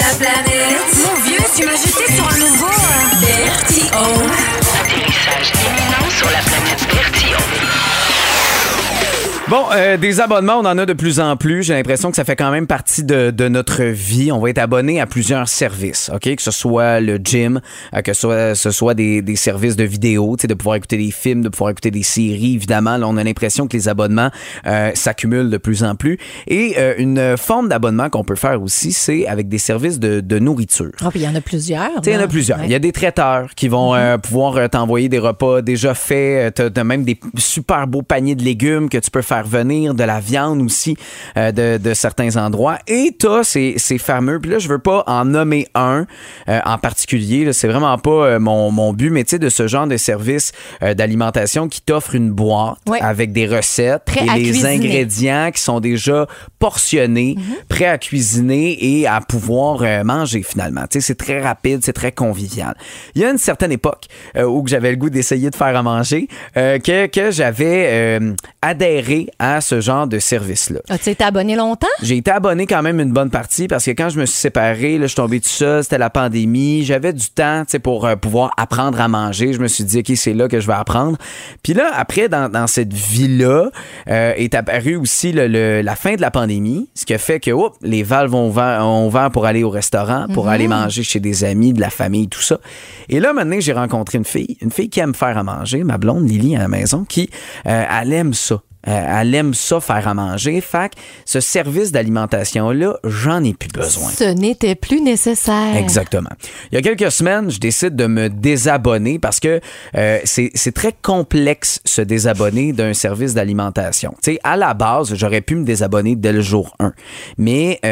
la planète. Mon vieux, tu m'as jeté sur un nouveau... Vertigo. Atterrissage imminent sur la planète Vertigo. Bon, des abonnements, on en a de plus en plus. J'ai l'impression que ça fait quand même partie de notre vie. On va être abonné à plusieurs services, OK? Que ce soit le gym, que ce soit des services de vidéo, tu sais, de pouvoir écouter des films, de pouvoir écouter des séries. Évidemment, là, on a l'impression que les abonnements s'accumulent de plus en plus. Et une forme d'abonnement qu'on peut faire aussi, c'est avec des services de nourriture. Ah, puis il y en a plusieurs. Il y en a plusieurs. Ouais. Il y a des traiteurs qui vont pouvoir t'envoyer des repas déjà faits. T'as même des super beaux paniers de légumes que tu peux faire venir, de la viande aussi de certains endroits. Et t'as ces fameux, puis là, je veux pas en nommer un en particulier, là, c'est vraiment pas mon but, mais tu sais, de ce genre de service d'alimentation qui t'offre une boîte avec des recettes prêt et à les cuisiner. ingrédients qui sont déjà portionnés, prêts à cuisiner et à pouvoir manger finalement. Tu sais, c'est très rapide, c'est très convivial. Il y a une certaine époque où j'avais le goût d'essayer de faire à manger, que j'avais adhéré à ce genre de service-là. As-tu été abonné longtemps? J'ai été abonné quand même une bonne partie parce que quand je me suis séparé, là, je suis tombé tout seul, c'était la pandémie, j'avais du temps pour pouvoir apprendre à manger. Je me suis dit, OK, c'est là que je vais apprendre. Puis là, après, dans cette vie-là, est apparu aussi la fin de la pandémie, ce qui a fait que les valves ont ouvert pour aller au restaurant, pour aller manger chez des amis, de la famille, tout ça. Et là, maintenant, j'ai rencontré une fille qui aime faire à manger, ma blonde Lily à la maison, qui elle aime ça. Elle aime ça faire à manger. Fait que ce service d'alimentation-là, j'en ai plus besoin. Ce n'était plus nécessaire. Exactement. Il y a quelques semaines, je décide de me désabonner parce que c'est très complexe se désabonner d'un service d'alimentation. Tu sais, à la base, j'aurais pu me désabonner dès le jour 1. Mais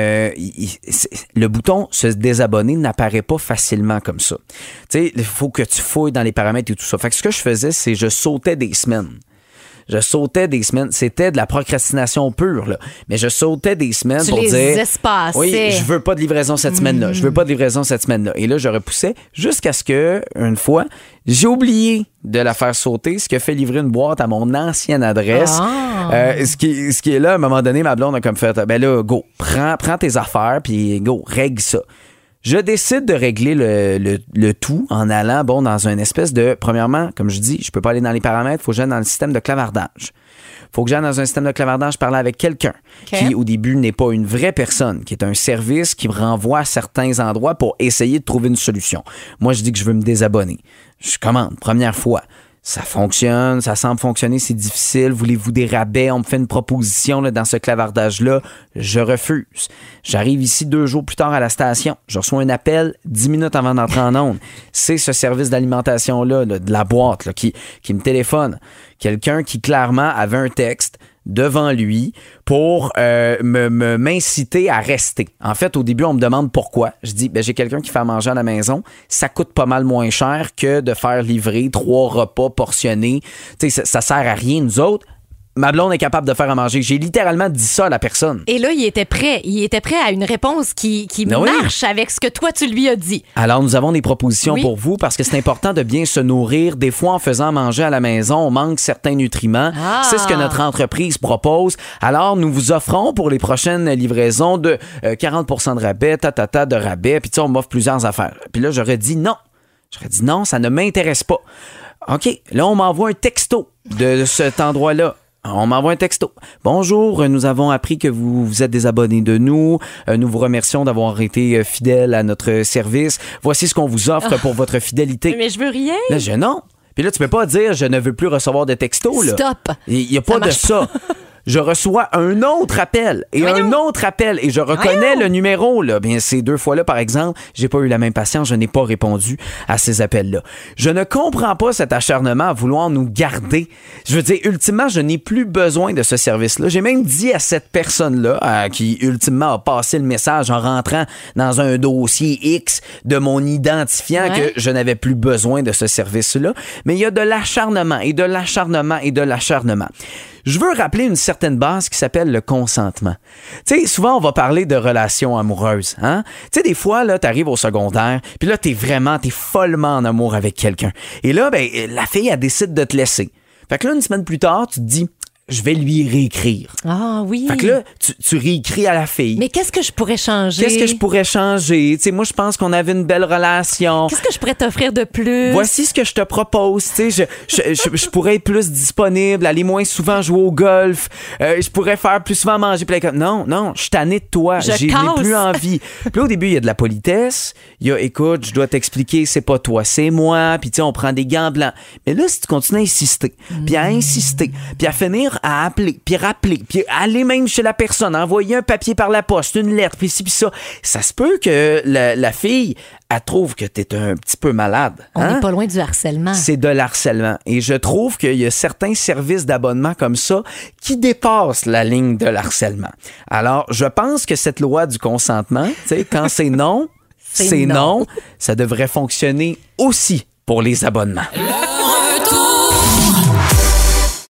le bouton se désabonner n'apparaît pas facilement comme ça. Tu sais, il faut que tu fouilles dans les paramètres et tout ça. Fait que ce que je faisais, c'est je sautais des semaines. C'était de la procrastination pure, là. Mais je sautais des semaines pour dire... espaçais. Oui, je veux pas de livraison cette semaine-là. Je veux pas de livraison cette semaine-là. Et là, je repoussais jusqu'à ce que, une fois, j'ai oublié de la faire sauter, ce qui a fait livrer une boîte à mon ancienne adresse. Ce qui est là, à un moment donné, ma blonde a comme fait, ben là, go, prends tes affaires, puis go, règle ça. Je décide de régler le tout en allant dans une espèce de... Premièrement, comme je dis, je peux pas aller dans les paramètres, il faut que j'aille dans le système de clavardage. Faut que j'aille dans un système de clavardage parler avec quelqu'un qui, au début, n'est pas une vraie personne, qui est un service qui me renvoie à certains endroits pour essayer de trouver une solution. Moi, je dis que je veux me désabonner. Je commande, première fois. Ça fonctionne, ça semble fonctionner, c'est difficile. Voulez-vous des rabais? On me fait une proposition là, dans ce clavardage-là. Je refuse. J'arrive ici 2 jours plus tard à la station. Je reçois un appel 10 minutes avant d'entrer en onde. C'est ce service d'alimentation-là, là, de la boîte, là, qui me téléphone. Quelqu'un qui clairement avait un texte devant lui pour m'inciter à rester. En fait, au début, on me demande pourquoi. Je dis, j'ai quelqu'un qui fait à manger à la maison. Ça coûte pas mal moins cher que de faire livrer 3 repas portionnés. Tu sais, ça sert à rien, nous autres. Ma blonde est capable de faire à manger. J'ai littéralement dit ça à la personne. Et là, il était prêt. Il était prêt à une réponse qui marche avec ce que toi, tu lui as dit. Alors, nous avons des propositions pour vous parce que c'est important de bien se nourrir. Des fois, en faisant manger à la maison, on manque certains nutriments. C'est ce que notre entreprise propose. Alors, nous vous offrons pour les prochaines livraisons de 40% de rabais, de rabais. Puis, tu sais, on m'offre plusieurs affaires. Puis là, j'aurais dit non. Ça ne m'intéresse pas. OK, là, on m'envoie un texto de cet endroit-là. On m'envoie un texto. Bonjour, nous avons appris que vous êtes des abonnés de nous. Nous vous remercions d'avoir été fidèles à notre service. Voici ce qu'on vous offre pour votre fidélité. Mais je veux rien. Là, non. Puis là, tu peux pas dire je ne veux plus recevoir de texto. Là. Stop. Il n'y a pas de ça. Je reçois un autre appel et un autre appel et je reconnais le numéro. Là. Bien, ces 2 fois-là, par exemple, j'ai pas eu la même patience, je n'ai pas répondu à ces appels-là. Je ne comprends pas cet acharnement à vouloir nous garder. Je veux dire, ultimement, je n'ai plus besoin de ce service-là. J'ai même dit à cette personne-là, qui ultimement a passé le message en rentrant dans un dossier X de mon identifiant que je n'avais plus besoin de ce service-là. Mais il y a de l'acharnement et de l'acharnement et de l'acharnement. Je veux rappeler une certaine base qui s'appelle le consentement. Tu sais, souvent, on va parler de relations amoureuses. Hein? Tu sais, des fois, là, t'arrives au secondaire, puis là, t'es follement en amour avec quelqu'un. Et là, la fille, elle décide de te laisser. Fait que là, une semaine plus tard, tu te dis, je vais lui réécrire. Ah oui. Fait que là, tu réécris à la fille. Mais qu'est-ce que je pourrais changer? Qu'est-ce que je pourrais changer? Tu sais, moi, je pense qu'on avait une belle relation. Qu'est-ce que je pourrais t'offrir de plus? Voici ce que je te propose. Tu sais, je pourrais être plus disponible, aller moins souvent jouer au golf. Je pourrais faire plus souvent manger. Puis là, non, je suis tanné de toi. J'ai plus envie. Puis là, au début, il y a de la politesse. Il y a, écoute, je dois t'expliquer, c'est pas toi, c'est moi. Puis tu sais, on prend des gants blancs. Mais là, si tu continues à insister, puis à insister, puis à finir à appeler, puis rappeler, puis aller même chez la personne, envoyer un papier par la poste, une lettre, puis ci, puis ça se peut que la fille, elle trouve que t'es un petit peu malade. On n'est pas loin du harcèlement. C'est de l'harcèlement. Et je trouve qu'il y a certains services d'abonnement comme ça qui dépassent la ligne de l'harcèlement. Alors, je pense que cette loi du consentement, tu sais, quand c'est non, c'est non, ça devrait fonctionner aussi pour les abonnements. Le retour